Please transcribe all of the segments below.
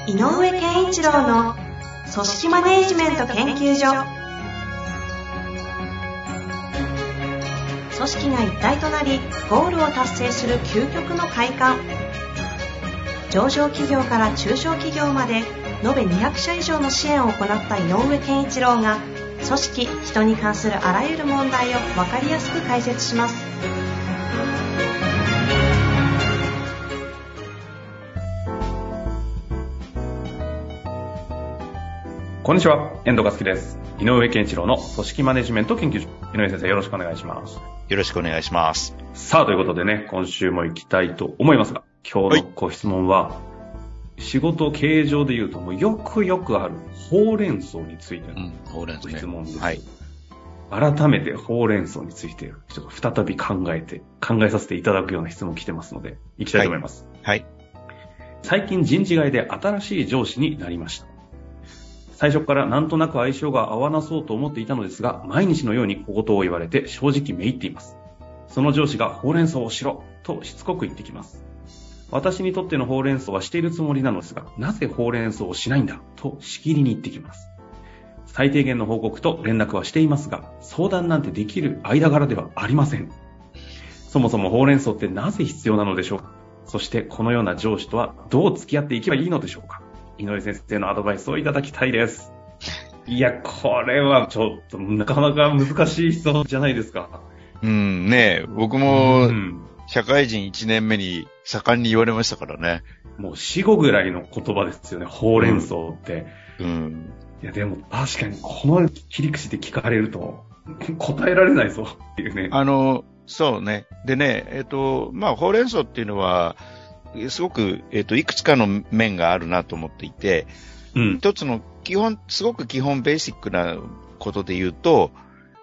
井上健一郎の組織マネジメント研究所。組織が一体となりゴールを達成する究極の快感。上場企業から中小企業まで延べ200社以上の支援を行った井上健一郎が、組織・人に関するあらゆる問題を分かりやすく解説します。 こんにちは、遠藤和樹です。井上健一郎の組織マネジメント研究所。井上先生、よろしくお願いします。 よろしくお願いします。 さあ、ということでね、今週も行きたいと思いますが、今日のご質問は、仕事経営上で言うともうよくあるほうれん草についてのご質問です。はい。改めてほうれん草についてちょっと再び考えさせていただくような質問来てますので、行きたいと思います。 はい。 最近人事外で新しい上司になりました。最初からなんとなく相性が合わなそうと思っていたのですが、毎日のように小言を言われて正直めいっています。その上司がほうれん草をしろとしつこく言ってきます。私にとってのほうれん草はしているつもりなのですが、なぜほうれん草をしないんだとしきりに言ってきます。最低限の報告と連絡はしていますが、相談なんてできる間柄ではありません。そもそもほうれん草ってなぜ必要なのでしょうか。そしてこのような上司とはどう付き合っていけばいいのでしょうか。井上先生のアドバイスをいただきたいです。いや、これはちょっとなかなか難しい質問じゃないですか。 ねえ、僕も社会人1年目に盛んに言われましたからね。 もう死後ぐらいの言葉ですよね、ほうれん草って。いや、でも確かにこの切り口で聞かれると答えられないぞっていうね。 そうね。でね、ほうれん草っていうのは、すごく、いくつかの面があるなと思っていて、一つのすごく基本ベーシックなことで言うと、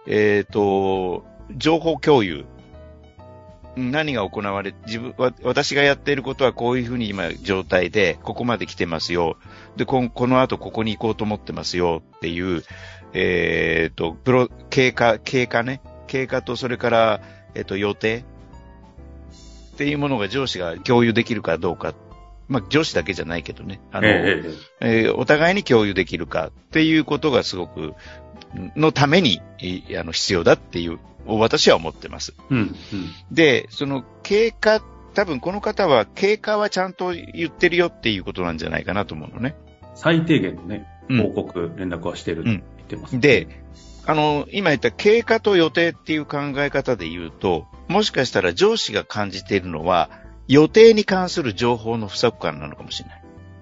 情報共有。何が行われ、私がやっていることはこういうふうに今状態で、ここまで来てますよ。で、この後ここに行こうと思ってますよっていう、経過ね。経過とそれから、予定。っていうものが上司が共有できるかどうか。上司だけじゃないけどね。お互いに共有できるかっていうことがすごく、のために、必要だっていう、私は思ってます。で、その経過、多分この方は経過はちゃんと言ってるよっていうことなんじゃないかなと思うのね。 最低限のね、報告、連絡はしてるって言ってます。 で、今言った経過と予定っていう考え方で言うと、もしかしたら上司が感じているのは、予定に関する情報の不足感なのかもしれない。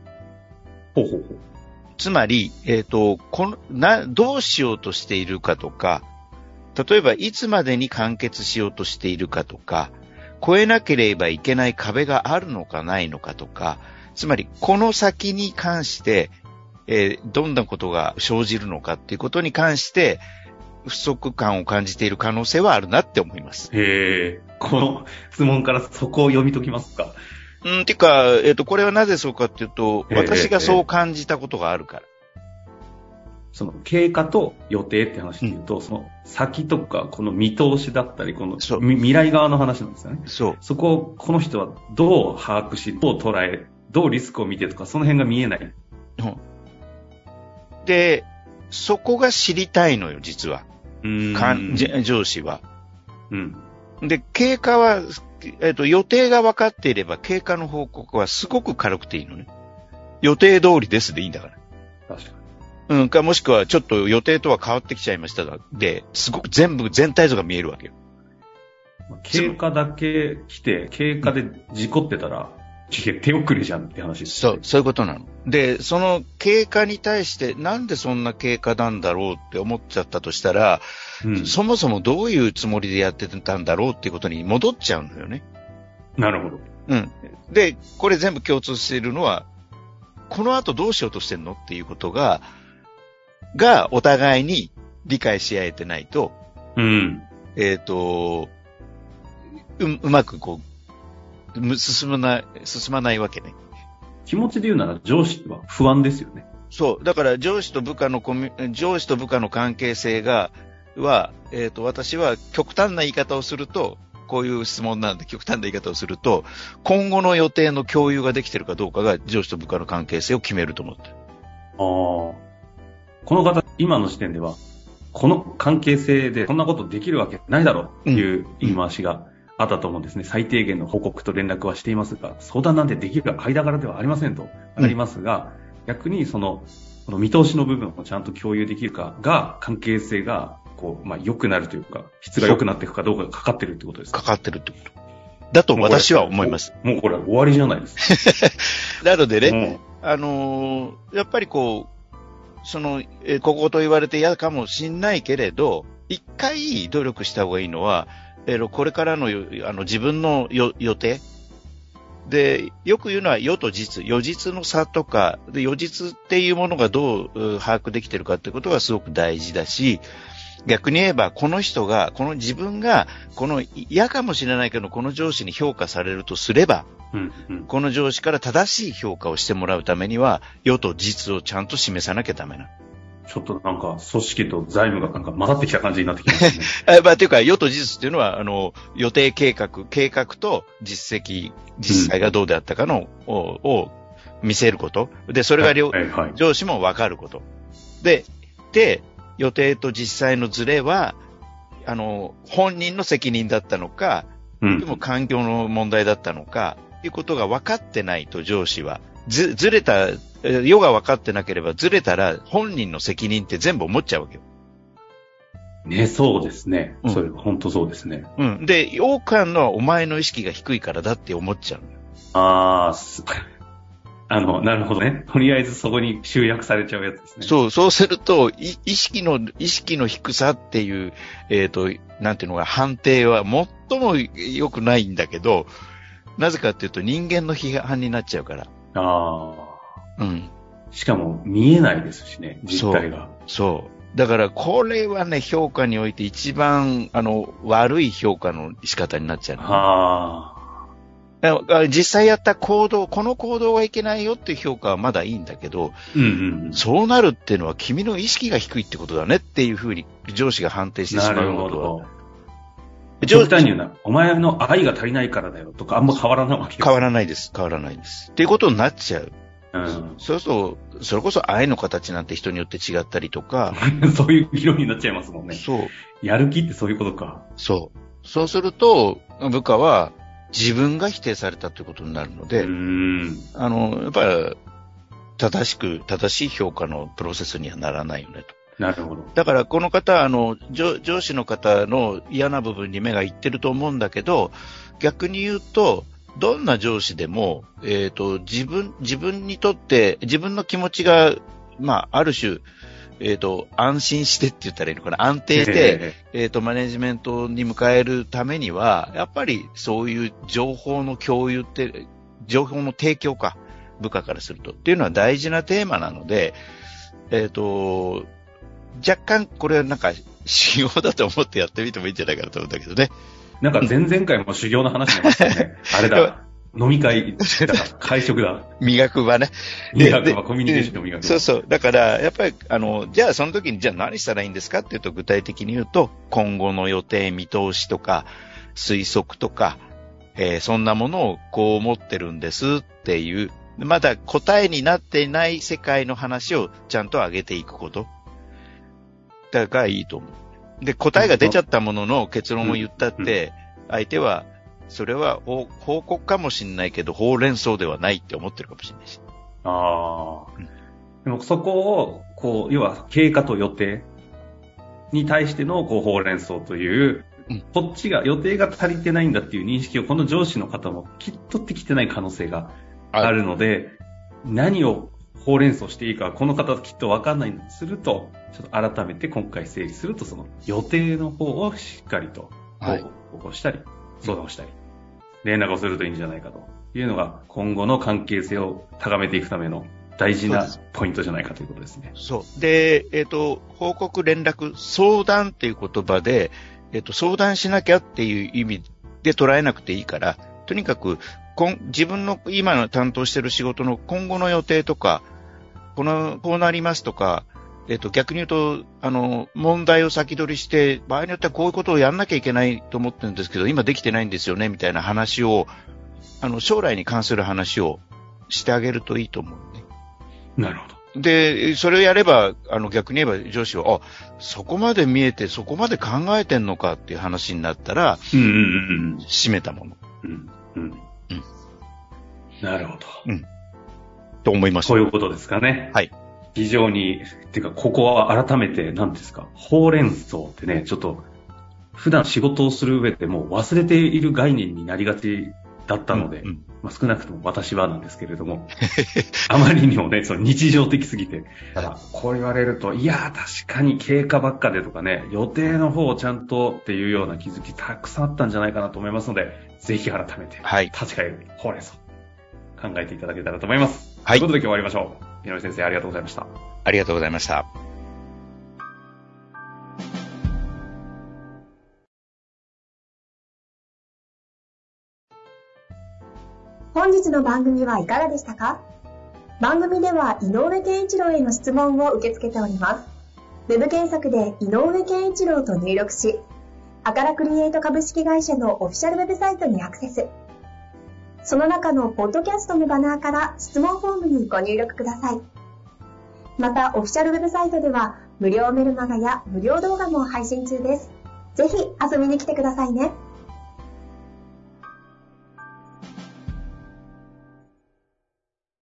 つまり、どうしようとしているかとか、例えばいつまでに完結しようとしているかとか、越えなければいけない壁があるのかないのかとか、つまりこの先に関して、どんなことが生じるのかっていうことに関して、不足感を感じている可能性はあるなって思います。 この質問からそこを読み解きますか。 てか、これはなぜそうかっていうと、私がそう感じたことがあるから。 その経過と予定って話で言うと、その先とか、この見通しだったり、この未来側の話なんですよね。そこをこの人はどう把握し、どう捉え、どうリスクを見てとか、その辺が見えない。 で、そこが知りたいのよ、実は。上司は。で、経過は、予定が分かっていれば、経過の報告はすごく軽くていいのね。予定通りですでいいんだから。 確かに。 もしくは、ちょっと予定とは変わってきちゃいましたで、すごく全体像が見えるわけよ。 経過だけ来て、経過で事故ってたら、手遅れじゃんって話です、 ね。そういうことなの。で、その経過に対してなんでそんな経過なんだろうって思っちゃったとしたら、そもそもどういうつもりでやってたんだろうっていうことに戻っちゃうんだよね。 なるほど。 で、これ全部共通しているのは、この後どうしようとしてんのっていうことがお互いに理解し合えてないと、うまく進まないわけね。 気持ちで言うなら上司は不安ですよね。 そう。だから上司と部下の関係性は、私は極端な言い方をすると、 こういう質問なんで極端な言い方をすると、今後の予定の共有ができてるかどうかが上司と部下の関係性を決めると思って。 この方、今の時点では、この関係性でこんなことできるわけないだろうっていう言い回しがあったと思うんですね。最低限の報告と連絡はしていますが、相談なんてできる間柄ではありませんとありますが、逆にこの見通しの部分をちゃんと共有できるかが、関係性が良くなるというか、質が良くなっていくかどうかがかかってるってことですか？ かかってるってこと。だと私は思います。 もうこれは終わりじゃないですか。 なのでね、やっぱりここと言われて嫌かもしんないけれど、一回努力した方がいいのは、これからの自分の予定で、よく言うのは予と実、予実の差とか、で予実っていうものがどう把握できてるかってことがすごく大事だし、逆に言えば、この人が、自分が、嫌かもしれないけど、この上司に評価されるとすれば、この上司から正しい評価をしてもらうためには、予と実をちゃんと示さなきゃダメな。 ちょっとなんか、組織と財務がなんか混ざってきた感じになってきますね。 というか、予と実っていうのは、予定計画と実績、実際がどうであったかの、を見せること。で、それが上司もわかること。で、予定と実際のズレは、本人の責任だったのか、でも環境の問題だったのか、いうことが分かってないと上司は、ずれた、世が分かってなければずれたら本人の責任って全部思っちゃうわけよ。 ね、そうですね。それ本当そうですね。 で、多くあるのはお前の意識が低いからだって思っちゃう。 なるほどね。とりあえずそこに集約されちゃうやつですね。 そうすると、意識の低さっていう、なんていうのか、判定は最も良くないんだけど、なぜかっていうと人間の批判になっちゃうから。 しかも見えないですしね、実態が。 そう。だからこれはね、評価において一番、悪い評価の仕方になっちゃう。実際やった行動、この行動はいけないよっていう評価はまだいいんだけど、そうなるっていうのは君の意識が低いってことだねっていうふうに上司が判定してしまうことは。 極端に言うな、お前の愛が足りないからだよとかあんま変わらないわけです。 変わらないです。っていうことになっちゃう。そうすると、それこそ愛の形なんて人によって違ったりとか。 そういう議論になっちゃいますもんね。 そう。 やる気ってそういうことか。 そう。そうすると、部下は自分が否定されたということになるので、やっぱり正しい評価のプロセスにはならないよねと。 なるほど。 だからこの方、上司の方の嫌な部分に目がいってると思うんだけど、逆に言うと、どんな上司でも、自分にとって、自分の気持ちが、ある種、安心してって言ったらいいのかな、安定して、マネジメントに迎えるためには、やっぱりそういう情報の共有って、情報の提供か、部下からすると、っていうのは大事なテーマなので、若干これはなんか修行だと思ってやってみてもいいんじゃないかなと思うんだけどね。 なんか前々回も修行の話になりましたよね。あれだ。飲み会だ。会食だ。 磨く場ね。 磨く場、コミュニケーションの磨く場。 そう。だから、やっぱり、じゃあその時に、じゃあ何したらいいんですかっていうと、具体的に言うと、今後の予定、見通しとか、推測とか、そんなものをこう思ってるんですっていう、まだ答えになっていない世界の話をちゃんと上げていくこと。だからいいと思う。で、答えが出ちゃったものの結論を言ったって、相手は、それは報告かもしれないけど、ほうれん草ではないって思ってるかもしれないし。 でもそこを、要は経過と予定に対してのほうれん草という、こっちが予定が足りてないんだっていう認識をこの上司の方もきっとできてない可能性があるので、何をほうれん草していいかこの方きっと分かんないんだとすると、ちょっと改めて今回整理すると、その予定の方をしっかりと報告をしたり、相談をしたり、連絡をするといいんじゃないかというのが今後の関係性を高めていくための大事なポイントじゃないかということですね。 そう。で、報告、連絡、相談っていう言葉で、相談しなきゃっていう意味で捉えなくていいから、とにかく自分の今の担当している仕事の今後の予定とか、こうなりますとか、 逆に言うと、問題を先取りして、場合によってはこういうことをやんなきゃいけないと思ってるんですけど、今できてないんですよね、みたいな話を、将来に関する話をしてあげるといいと思うね。 なるほど。 で、それをやれば、逆に言えば上司は、そこまで見えて、そこまで考えてんのかっていう話になったら、締めたもの。 なるほど。 と思います。 そういうことですかね。 はい。 非常に、てか、ここは改めて、何ですか、ほうれん草ってね、ちょっと、普段仕事をする上でも忘れている概念になりがちだったので、少なくとも私はなんですけれども、あまりにもね、日常的すぎて、ただ、こう言われると、いや、確かに経過ばっかでとかね、予定の方をちゃんとっていうような気づきたくさんあったんじゃないかなと思いますので、ぜひ改めて、立ち返るほうれん草、考えていただけたらと思います。ということで今日終わりましょう。井上先生、ありがとうございました。 ありがとうございました。 本日の番組はいかがでしたか？番組では井上健一郎への質問を受け付けております。ウェブ検索で井上健一郎と入力し、アカラクリエイト株式会社のオフィシャルウェブサイトにアクセス。その中のポッドキャストのバナーから質問フォームにご入力ください。また、オフィシャルウェブサイトでは無料メルマガや無料動画も配信中です。ぜひ遊びに来てくださいね。